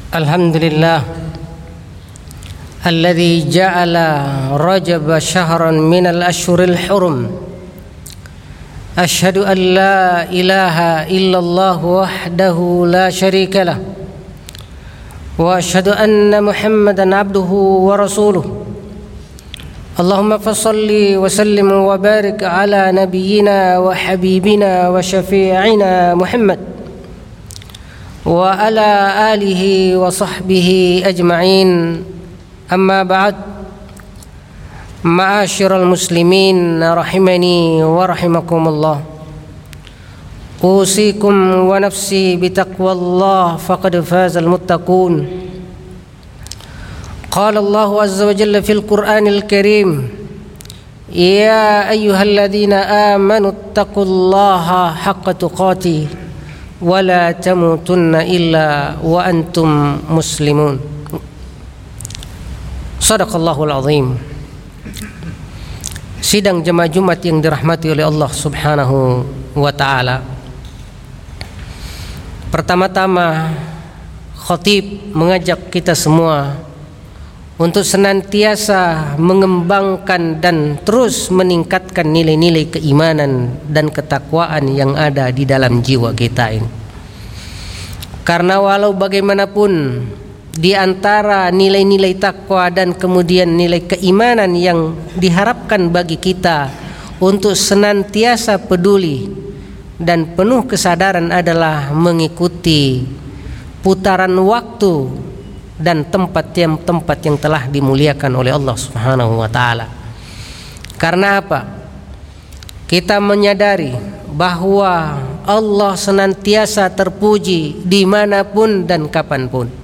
الحمد لله الذي جعل رجب شهرا من الأشهر الحرم أشهد أن لا إله إلا الله وحده لا شريك له وأشهد أن محمدا عبده ورسوله اللهم فصل وسلم وبارك على نبينا وحبيبنا وشفيعنا محمد وعلى آله وصحبه أجمعين أما بعد معاشر المسلمين رحمني ورحمكم الله أوصيكم ونفسي بتقوى الله فقد فاز المتقون قال الله عز وجل في القرآن الكريم يا أيها الذين آمنوا اتقوا الله حق تقاته ولا تموتن إلا وأنتم مسلمون Sadaqallahul Azim. Sidang jemaah Jumat yang dirahmati oleh Allah Subhanahu wa taala. Pertama-tama khatib mengajak kita semua untuk senantiasa mengembangkan dan terus meningkatkan nilai-nilai keimanan dan ketakwaan yang ada di dalam jiwa kita ini. Karena walau bagaimanapun di antara nilai-nilai takwa dan kemudian nilai keimanan yang diharapkan bagi kita untuk senantiasa peduli dan penuh kesadaran adalah mengikuti putaran waktu dan tempat yang telah dimuliakan oleh Allah Subhanahu wa taala. Karena apa? Kita menyadari bahwa Allah senantiasa terpuji dimanapun dan kapanpun,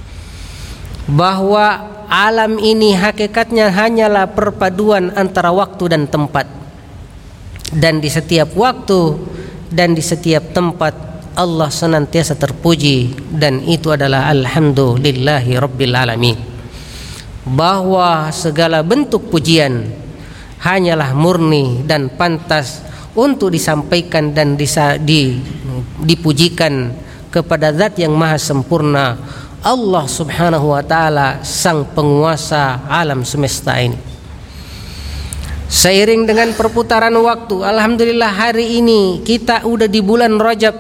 bahwa alam ini hakikatnya hanyalah perpaduan antara waktu dan tempat, dan di setiap waktu dan di setiap tempat Allah senantiasa terpuji, dan itu adalah alhamdulillahi rabbil alamin. Bahwa segala bentuk pujian hanyalah murni dan pantas untuk disampaikan dan dipujikan kepada Zat yang maha sempurna, Allah Subhanahu wa taala, sang penguasa alam semesta ini. Seiring dengan perputaran waktu, alhamdulillah hari ini kita udah di bulan Rajab,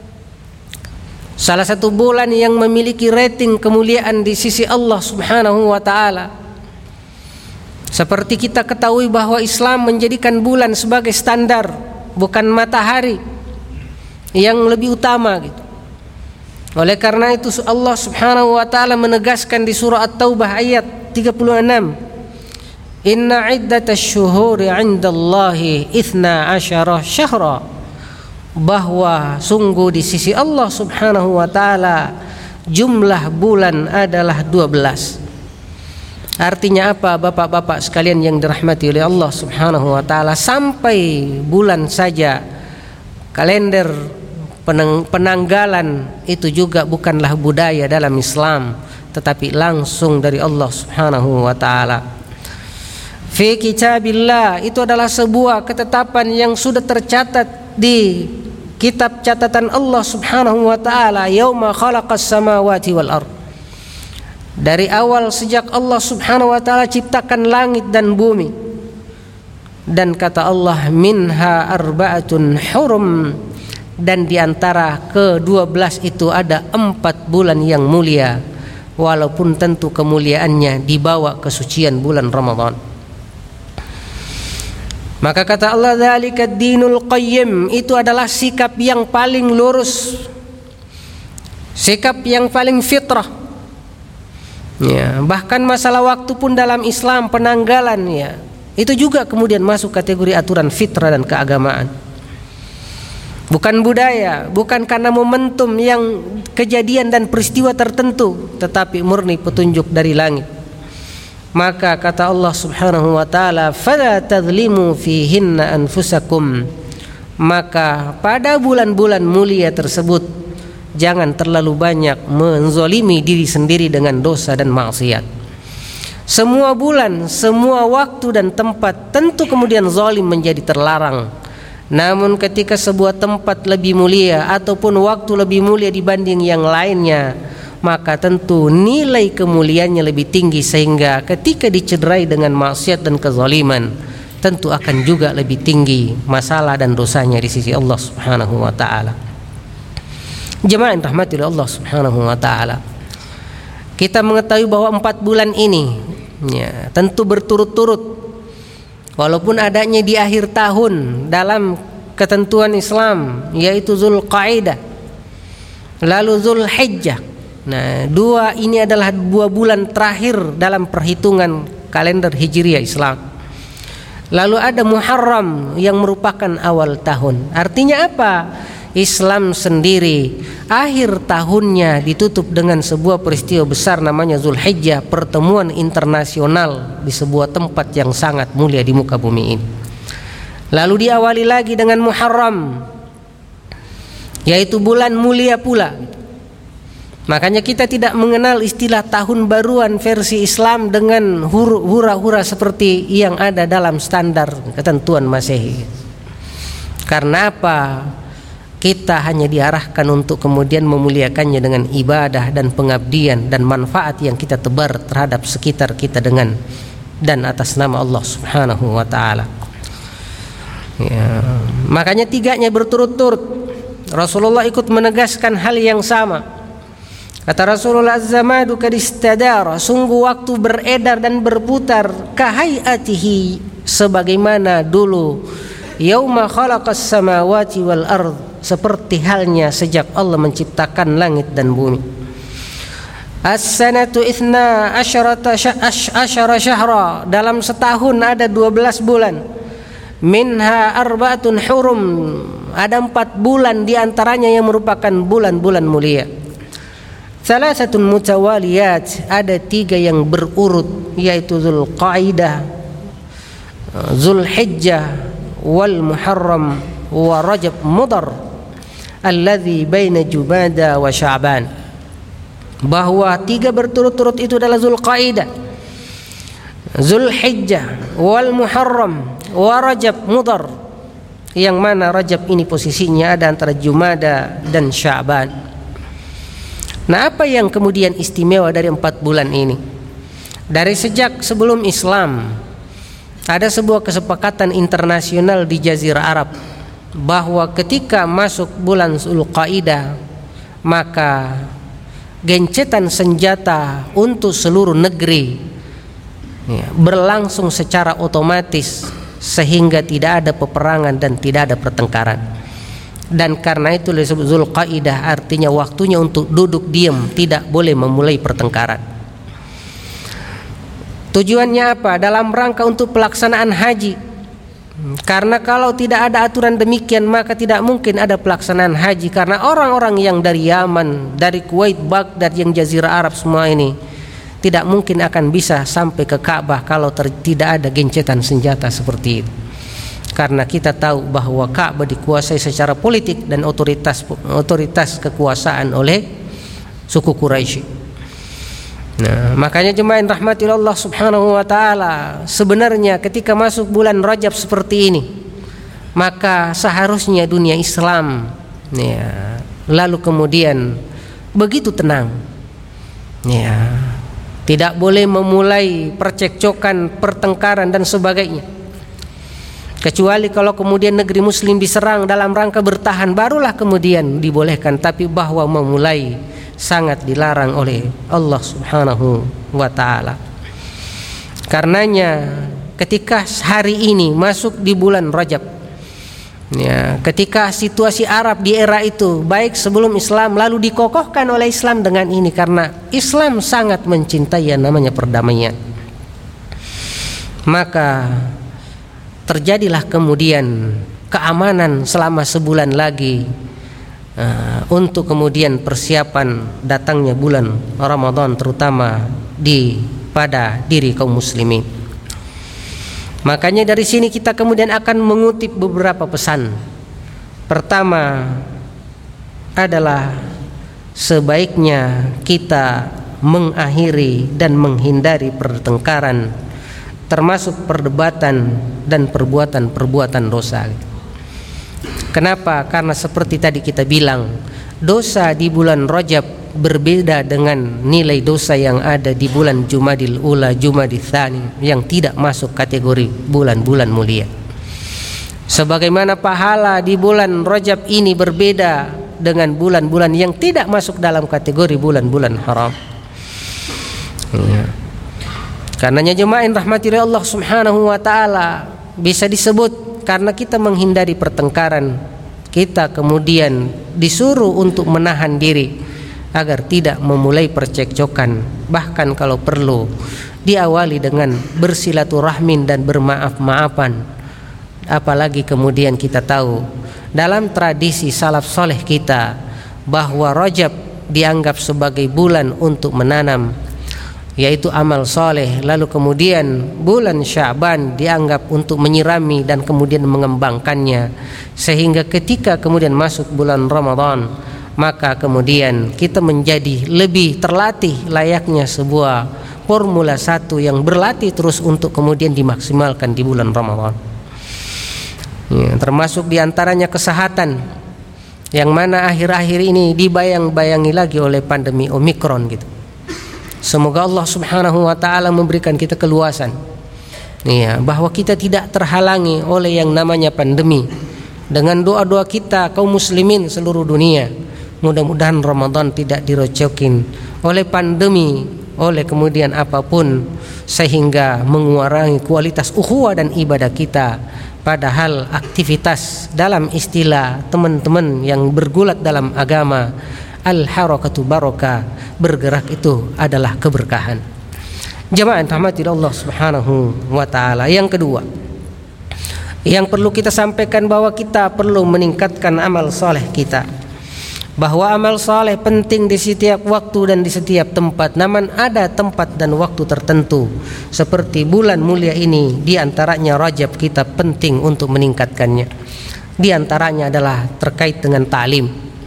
salah satu bulan yang memiliki rating kemuliaan di sisi Allah Subhanahu wa taala. Seperti kita ketahui bahwa Islam menjadikan bulan sebagai standar, bukan matahari yang lebih utama gitu. Oleh karena itu Allah Subhanahu wa taala menegaskan di surah At-Taubah ayat 36, Inna iddatasy syuhuri 'indallahi 12 syahra, bahwa sungguh di sisi Allah Subhanahu wa taala jumlah bulan adalah 12. Artinya apa Bapak-bapak sekalian yang dirahmati oleh Allah Subhanahu wa taala? Sampai bulan saja, kalender penanggalan itu juga bukanlah budaya dalam Islam, tetapi langsung dari Allah Subhanahu wa taala. Fi kitabillah, itu adalah sebuah ketetapan yang sudah tercatat di kitab catatan Allah Subhanahu wa taala, yauma khalaqas samawati wal ard. Dari awal sejak Allah Subhanahu wa taala ciptakan langit dan bumi. Dan kata Allah, minha arba'atun hurum, dan di antara ke-12 itu ada 4 bulan yang mulia, walaupun tentu kemuliaannya dibawa kesucian bulan Ramadan. Maka kata Allah, dzalika ad-dinul qayyim, itu adalah sikap yang paling lurus, sikap yang paling fitrah. Ya, bahkan masalah waktu pun dalam Islam, penanggalan ya, itu juga kemudian masuk kategori aturan fitrah dan keagamaan. Bukan budaya, bukan karena momentum yang kejadian dan peristiwa tertentu, tetapi murni petunjuk dari langit. Maka kata Allah Subhanahu wa taala, fala tadhlimu fihinna anfusakum, maka pada bulan-bulan mulia tersebut jangan terlalu banyak menzalimi diri sendiri dengan dosa dan maksiat. Semua bulan, semua waktu dan tempat tentu kemudian zalim menjadi terlarang. Namun ketika sebuah tempat lebih mulia ataupun waktu lebih mulia dibanding yang lainnya, maka tentu nilai kemuliaannya lebih tinggi, sehingga ketika dicederai dengan maksiat dan kezaliman, tentu akan juga lebih tinggi masalah dan dosanya di sisi Allah Subhanahu wa taala. Jemaah yang rahmati Allah Subhanahu wa taala, kita mengetahui bahwa 4 bulan ini ya, tentu berturut-turut, walaupun adanya di akhir tahun dalam ketentuan Islam, yaitu Zulqa'dah lalu Zulhijjah. Nah, ini adalah 2 bulan terakhir dalam perhitungan kalender Hijriah Islam. Lalu ada Muharram yang merupakan awal tahun. Artinya apa? Islam sendiri akhir tahunnya ditutup dengan sebuah peristiwa besar namanya Zulhijjah, pertemuan internasional di sebuah tempat yang sangat mulia di muka bumi ini. Lalu diawali lagi dengan Muharram, yaitu bulan mulia pula. Makanya kita tidak mengenal istilah tahun baruan versi Islam dengan hura-hura seperti yang ada dalam standar ketentuan Masehi. Karena apa? Kita hanya diarahkan untuk kemudian memuliakannya dengan ibadah dan pengabdian dan manfaat yang kita tebar terhadap sekitar kita dengan dan atas nama Allah Subhanahu wa taala. Ya, makanya 3-nya berturut-turut. Rasulullah ikut menegaskan hal yang sama. Kata Rasulullah, az-zamanu kad istadara, sungguh waktu beredar dan berputar, kahayatihi, sebagaimana dulu, yauma khalaqas samawati wal ard, seperti halnya sejak Allah menciptakan langit dan bumi. As-sanatu 12 syahra, dalam setahun ada 12 bulan. Minha arba'atun hurum, ada 4 bulan diantaranya yang merupakan bulan-bulan mulia. Salasatun mutawaliyat, ada 3 yang berurut, yaitu Zulqa'dah, Zulhijjah, wal Muharram, wa Rajab Mudhar, alladzi baina Jumada wa Sya'ban. Bahwa 3 berturut-turut itu adalah Zulqa'dah, Zulhijjah, wal Muharram, wa Rajab Mudhar, yang mana Rajab ini posisinya ada antara Jumada dan Sya'ban. Nah, apa yang kemudian istimewa dari 4 bulan ini? Dari sejak sebelum Islam ada sebuah kesepakatan internasional di Jazirah Arab bahwa ketika masuk bulan Zulqa'dah, maka gencetan senjata untuk seluruh negeri berlangsung secara otomatis, sehingga tidak ada peperangan dan tidak ada pertengkaran. Dan karena itu disebut Zulqa'dah, artinya waktunya untuk duduk diam, tidak boleh memulai pertengkaran. Tujuannya apa? Dalam rangka untuk pelaksanaan haji. Karena kalau tidak ada aturan demikian, maka tidak mungkin ada pelaksanaan haji. Karena orang-orang yang dari Yaman, dari Kuwait, Baghdad, yang Jazirah Arab semua ini tidak mungkin akan bisa sampai ke Ka'bah kalau tidak ada gencetan senjata seperti itu. Karena kita tahu bahwa Ka'bah dikuasai secara politik dan otoritas kekuasaan oleh suku Quraisy. Nah, makanya jemaah yang rahmati Allah Subhanahu wa taala, sebenarnya ketika masuk bulan Rajab seperti ini, maka seharusnya dunia Islam ya, lalu kemudian begitu tenang. Ya, tidak boleh memulai percekcokan, pertengkaran dan sebagainya. Kecuali kalau kemudian negeri muslim diserang dalam rangka bertahan, barulah kemudian dibolehkan. Tapi bahwa memulai sangat dilarang oleh Allah Subhanahu wa ta'ala. Karenanya ketika hari ini masuk di bulan Rajab ya, ketika situasi Arab di era itu, baik sebelum Islam lalu dikokohkan oleh Islam dengan ini, karena Islam sangat mencintai yang namanya perdamaian, maka terjadilah kemudian keamanan selama sebulan lagi untuk kemudian persiapan datangnya bulan Ramadan, terutama pada diri kaum muslimin. Makanya dari sini kita kemudian akan mengutip beberapa pesan. Pertama adalah sebaiknya kita mengakhiri dan menghindari pertengkaran, termasuk perdebatan dan perbuatan-perbuatan dosa. Kenapa? Karena seperti tadi kita bilang, dosa di bulan Rajab berbeda dengan nilai dosa yang ada di bulan Jumadil Ula, Jumadil Tsani yang tidak masuk kategori bulan-bulan mulia. Sebagaimana pahala di bulan Rajab ini berbeda dengan bulan-bulan yang tidak masuk dalam kategori bulan-bulan haram. Ya. Karenanya jemaah yang rahmati Allah Subhanahu wa taala, bisa disebut karena kita menghindari pertengkaran, kita kemudian disuruh untuk menahan diri agar tidak memulai percekcokan, bahkan kalau perlu diawali dengan bersilaturahmin dan bermaaf-maafan. Apalagi kemudian kita tahu dalam tradisi salaf soleh kita bahwa Rajab dianggap sebagai bulan untuk menanam, yaitu amal soleh. Lalu kemudian bulan Sya'ban dianggap untuk menyirami dan kemudian mengembangkannya, sehingga ketika kemudian masuk bulan Ramadan, maka kemudian kita menjadi lebih terlatih layaknya sebuah Formula 1 yang berlatih terus untuk kemudian dimaksimalkan di bulan Ramadan. Ya, termasuk diantaranya kesehatan, yang mana akhir-akhir ini dibayang-bayangi lagi oleh pandemi Omikron gitu. Semoga Allah Subhanahu wa taala memberikan kita keluasan, ya, bahwa kita tidak terhalangi oleh yang namanya pandemi. Dengan doa-doa kita kaum muslimin seluruh dunia, mudah-mudahan Ramadan tidak direcokin oleh pandemi, oleh kemudian apapun, sehingga mengurangi kualitas ukhuwah dan ibadah kita. Padahal aktivitas dalam istilah teman-teman yang bergulat dalam agama, al-harakatu barakah, bergerak itu adalah keberkahan. Jemaah rahmati Allah Subhanahu wa taala. Yang kedua, yang perlu kita sampaikan bahwa kita perlu meningkatkan amal soleh kita. Bahwa amal soleh penting di setiap waktu dan di setiap tempat. Namun ada tempat dan waktu tertentu. Seperti bulan mulia ini, di antaranya Rajab, kita penting untuk meningkatkannya. Di antaranya adalah terkait dengan ta'lim,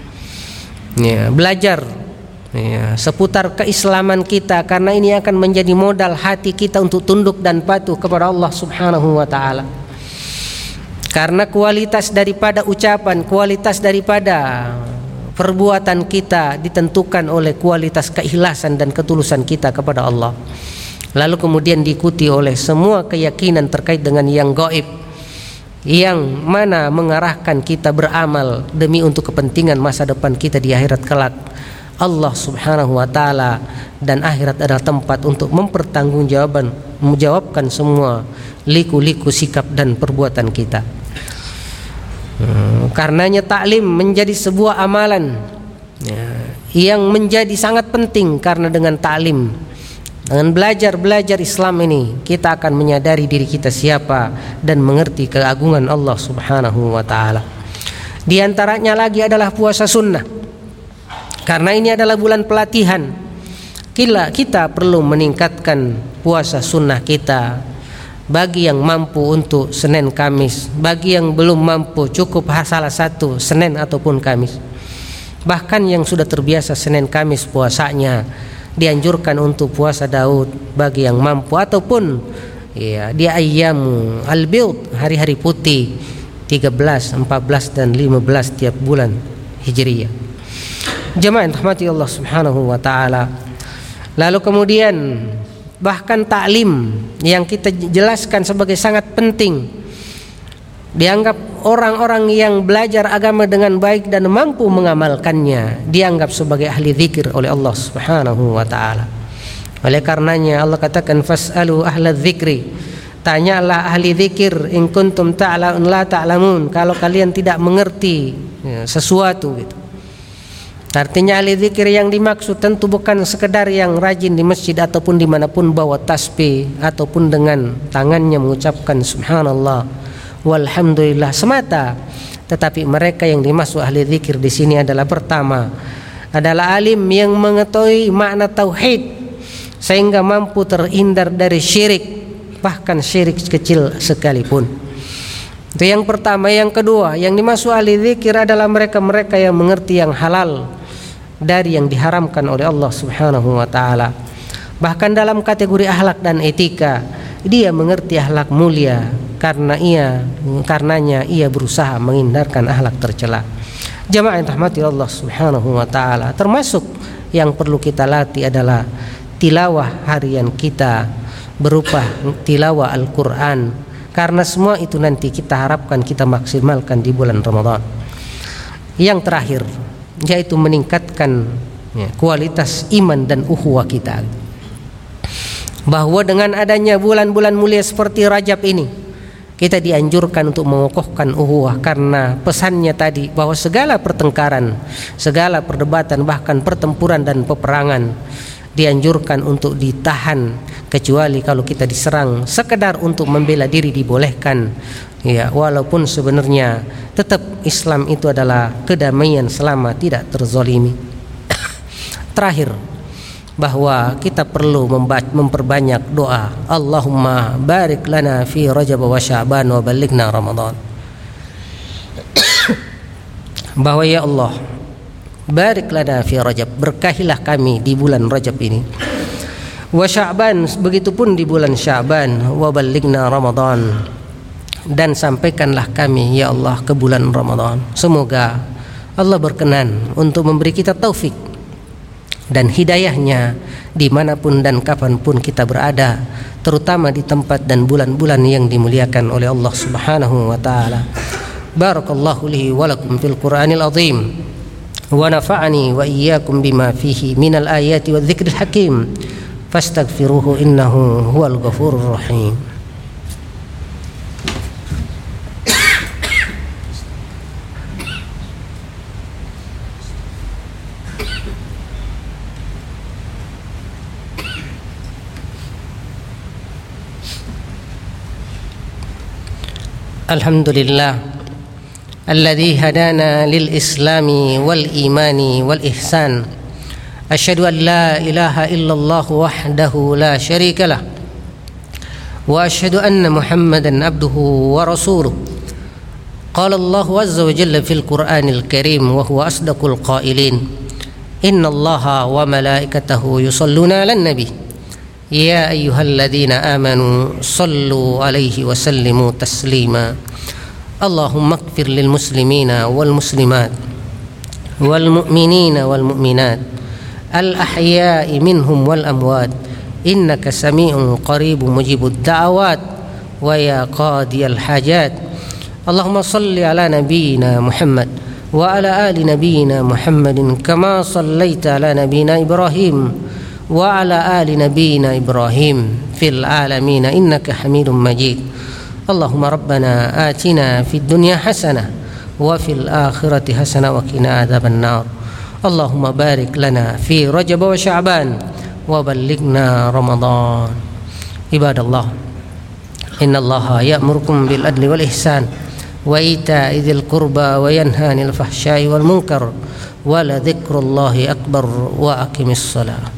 ya, belajar, ya, seputar keislaman kita, karena ini akan menjadi modal hati kita untuk tunduk dan patuh kepada Allah Subhanahu wa taala. Karena kualitas daripada ucapan, kualitas daripada perbuatan kita ditentukan oleh kualitas keikhlasan dan ketulusan kita kepada Allah. Lalu kemudian diikuti oleh semua keyakinan terkait dengan yang gaib, yang mana mengarahkan kita beramal demi untuk kepentingan masa depan kita di akhirat kelak. Allah Subhanahu wa taala dan akhirat adalah tempat untuk menjawabkan semua liku-liku sikap dan perbuatan kita. Karenanya taklim menjadi sebuah amalan, ya, yang menjadi sangat penting, karena dengan taklim, dengan belajar Islam ini, kita akan menyadari diri kita siapa dan mengerti keagungan Allah Subhanahu wa taala. Di antaranya lagi adalah puasa sunnah. Karena ini adalah bulan pelatihan, kita perlu meningkatkan puasa sunnah kita. Bagi yang mampu untuk Senin Kamis, bagi yang belum mampu cukup salah satu Senin ataupun Kamis. Bahkan yang sudah terbiasa Senin Kamis puasanya, dianjurkan untuk puasa Daud bagi yang mampu, ataupun ya di ayyam al-bid, hari-hari putih 13, 14 dan 15 tiap bulan Hijriyah. Jemaah rahmati Allah Subhanahu wa taala. Lalu kemudian bahkan taklim yang kita jelaskan sebagai sangat penting, dianggap orang-orang yang belajar agama dengan baik dan mampu mengamalkannya dianggap sebagai ahli zikir oleh Allah Subhanahu wa taala. Oleh karenanya Allah katakan fas'alu ahla dzikri, tanyalah ahli zikir, in kuntum la ta'lamun, kalau kalian tidak mengerti sesuatu gitu. Artinya ahli zikir yang dimaksud tentu bukan sekedar yang rajin di masjid ataupun dimanapun bawa tasbih ataupun dengan tangannya mengucapkan subhanallah walhamdulillah semata, tetapi mereka yang dimaksud ahli zikir di sini adalah pertama adalah alim yang mengetahui makna tauhid sehingga mampu terhindar dari syirik, bahkan syirik kecil sekalipun. Itu yang pertama. Yang kedua, yang dimaksud ahli zikir adalah mereka-mereka yang mengerti yang halal dari yang diharamkan oleh Allah Subhanahu wa taala. Bahkan dalam kategori akhlak dan etika, dia mengerti akhlak mulia karenanya ia berusaha menghindarkan akhlak tercela. Jamaah yang rahmati Allah Subhanahu wa taala, termasuk yang perlu kita latih adalah tilawah harian kita berupa tilawah Al-Quran, karena semua itu nanti kita harapkan kita maksimalkan di bulan Ramadan. Yang terakhir yaitu meningkatkan kualitas iman dan ukhuwah kita, bahwa dengan adanya bulan-bulan mulia seperti Rajab ini kita dianjurkan untuk mengokohkan ukhuwah, karena pesannya tadi bahwa segala pertengkaran, segala perdebatan, bahkan pertempuran dan peperangan dianjurkan untuk ditahan, kecuali kalau kita diserang sekedar untuk membela diri dibolehkan, ya, walaupun sebenarnya tetap Islam itu adalah kedamaian selama tidak terzalimi. Terakhir, bahwa kita perlu memperbanyak doa. Allahumma barik lana fi Rajab wa Sya'ban wa ballighna Ramadan. Bahwa ya Allah, barik lana fi Rajab, berkahilah kami di bulan Rajab ini. Wa Sya'ban, begitupun di bulan Sya'ban, wa ballighna Ramadan, dan sampaikanlah kami ya Allah ke bulan Ramadan. Semoga Allah berkenan untuk memberi kita taufik dan hidayahnya dimanapun dan kapanpun kita berada, terutama di tempat dan bulan-bulan yang dimuliakan oleh Allah Subhanahu wa ta'ala. Barakallahu li wa lakum fil Qur'anil azim, wa nafa'ani wa iyyakum bima fihi minal ayati wa dzikril hakim, fastaghfiruhu innahu huwal ghafurur rahim. Alhamdulillah alladzi hadana lil islami wal imani wal ihsan. Asyhadu an la ilaha illallah wahdahu la syarika lah, wa asyhadu anna Muhammadan abduhu wa rasuluh. Qala Allah azza wa jalla fil Qur'anil Karim wa huwa asdaqul qailin. Innallaha wa malaikatahu yusalluna 'alan nabi. Ya ayyuhalladzina amanu sallu alaihi wa sallimu taslima. Allahumma ighfir lil muslimina wal muslimat wal mu'minina wal mu'minat al ahya'i minhum wal amwat, innaka sami'un qaribun mujibud da'awat wa ya qadiyal hajat. Allahumma salli ala nabiyyina Muhammad wa ala ali nabiyyina Muhammadin kama sallaita ala nabiyyina Ibrahim wa ala ali nabiyyina Ibrahim fil alamin innaka Hamidum Majid. Allahumma rabbana atina fid dunya hasanah wa fil akhirati hasanah wa qina adzaban nar. Allahumma barik lana fi Rajab wa Sya'ban wa ballighna Ramadan. Ibadallah, innallaha ya'murukum bil adli wal ihsan wa ita'i dzil qurba wa yanha 'anil fahsya'i wal munkar wa la dzikrullahi akbar wa aqimis shalah.